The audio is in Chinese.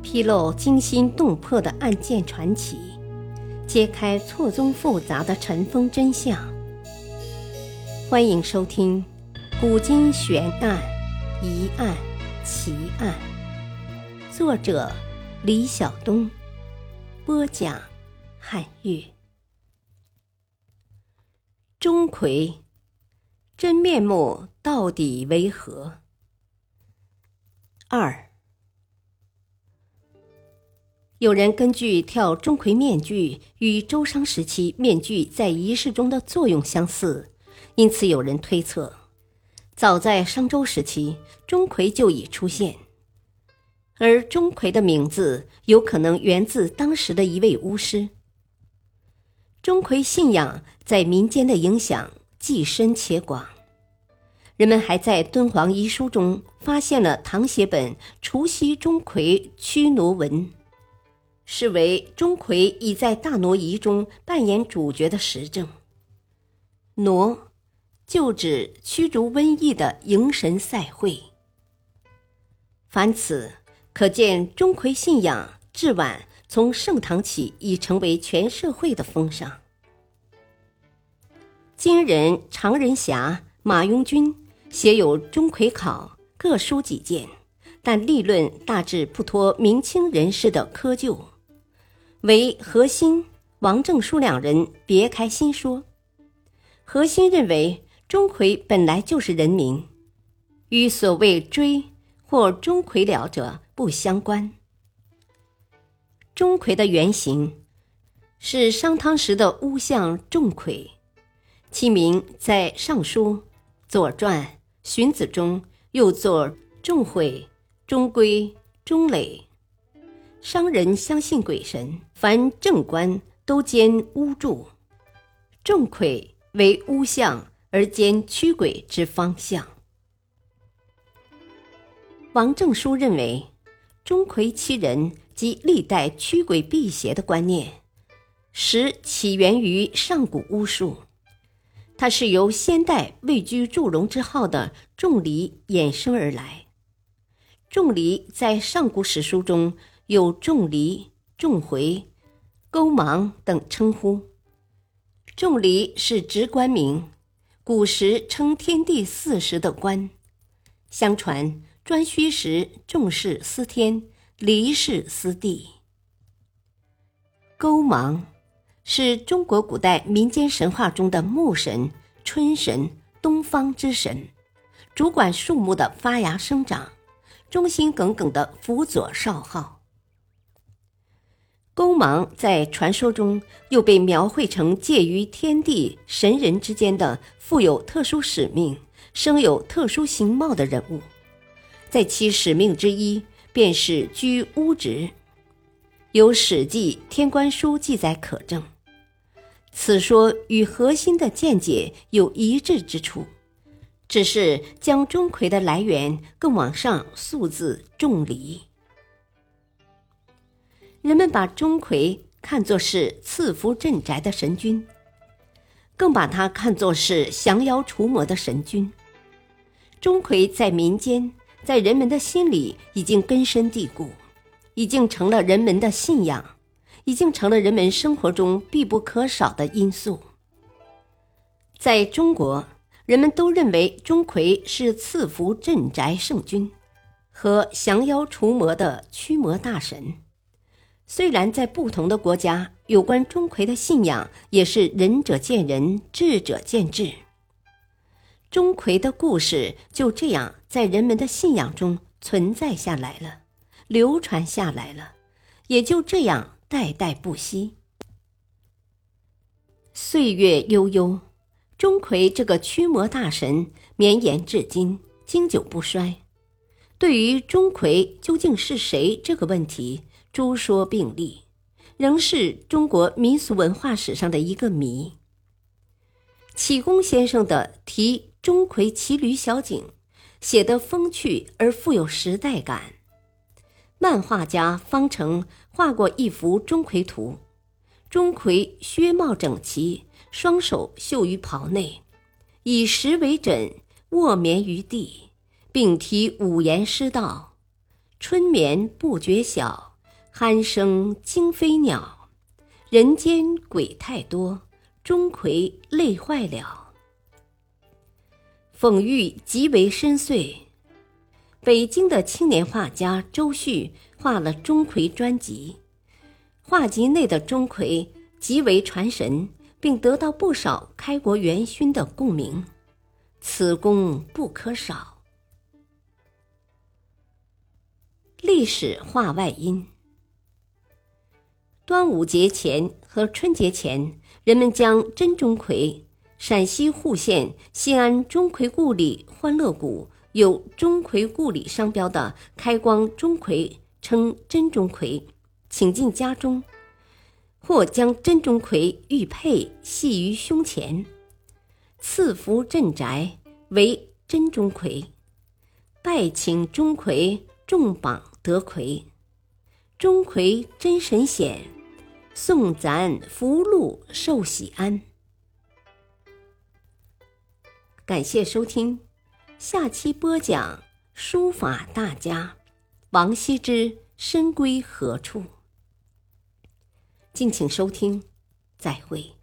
披露惊心动魄的案件传奇，揭开错综复杂的尘封真相。欢迎收听《古今悬案、疑案、奇案》，作者李晓东，播讲汉月。钟馗真面目到底为何？二，有人根据跳钟馗面具与周商时期面具在仪式中的作用相似，因此有人推测，早在商周时期，钟馗就已出现，而钟馗的名字有可能源自当时的一位巫师。钟馗信仰在民间的影响既深且广，人们还在敦煌遗书中发现了唐写本《除夕钟馗驱挪文》，视为钟馗已在大挪移中扮演主角的实证。挪就指驱逐瘟疫的迎神赛会。凡此可见，钟馗信仰至晚从盛唐起已成为全社会的风尚。今人常人侠马拥军写有《钟馗考》，各书几件，但立论大致不脱明清人士的窠臼，为何心、王正书两人别开心说。何心认为钟馗本来就是人名，与所谓追或钟馗了者不相关。钟馗的原型是商汤时的巫相仲馗，其名在《尚书》、《左传》、《荀子》中又作仲悔、钟归、钟磊。商人相信鬼神，凡正官都兼巫祝，仲馗为巫相而兼驱鬼之方向。王正书认为，钟馗欺人及历代驱鬼辟邪的观念，实起源于上古巫术，它是由先代位居祝融之号的仲离衍生而来。仲离在上古史书中有仲离、仲回、勾芒等称呼。仲离是职官名，古时称天地四时的官。相传颛顼时仲氏司天，离氏司地。勾芒是中国古代民间神话中的木神、春神、东方之神，主管树木的发芽生长，忠心耿耿的辅佐少昊。勾芒在传说中又被描绘成介于天地神人之间的负有特殊使命、生有特殊形貌的人物，在其使命之一便是居巫职，有《史记·天官书》记载可证。此说与核心的见解有一致之处，只是将钟馗的来源更往上溯自仲离。人们把钟馗看作是赐福镇宅的神君，更把他看作是降妖除魔的神君。钟馗在民间，在人们的心里已经根深蒂固，已经成了人们的信仰，已经成了人们生活中必不可少的因素。在中国，人们都认为钟馗是赐福镇宅圣君和降妖除魔的驱魔大神。虽然在不同的国家，有关钟馗的信仰也是仁者见仁，智者见智。钟馗的故事就这样在人们的信仰中存在下来了，流传下来了，也就这样代代不息。岁月悠悠，钟馗这个驱魔大神绵延至今，经久不衰。对于钟馗究竟是谁这个问题，诸说并立，仍是中国民俗文化史上的一个谜。启功先生的题钟馗骑驴小景写得风趣而富有时代感。漫画家方成画过一幅钟馗图，钟馗靴帽整齐，双手绣于袍内，以石为枕，卧眠于地，并题五言诗道：春眠不觉晓， 鼾声惊飞鸟，人间鬼太多，钟馗累坏了。讽喻极为深邃。北京的青年画家周旭画了钟馗专辑，画集内的钟馗极为传神，并得到不少开国元勋的共鸣，此功不可少。历史话外音：端午节前和春节前，人们将真钟馗，陕西户县西安钟馗故里欢乐谷有钟馗故里商标的开光钟馗称真钟馗，请进家中，或将真钟馗玉佩系于胸前，赐福镇宅为真钟馗，拜请钟馗重榜得魁，钟馗真神显，送咱福禄寿喜安。感谢收听，下期播讲书法大家王羲之深归何处，敬请收听，再会。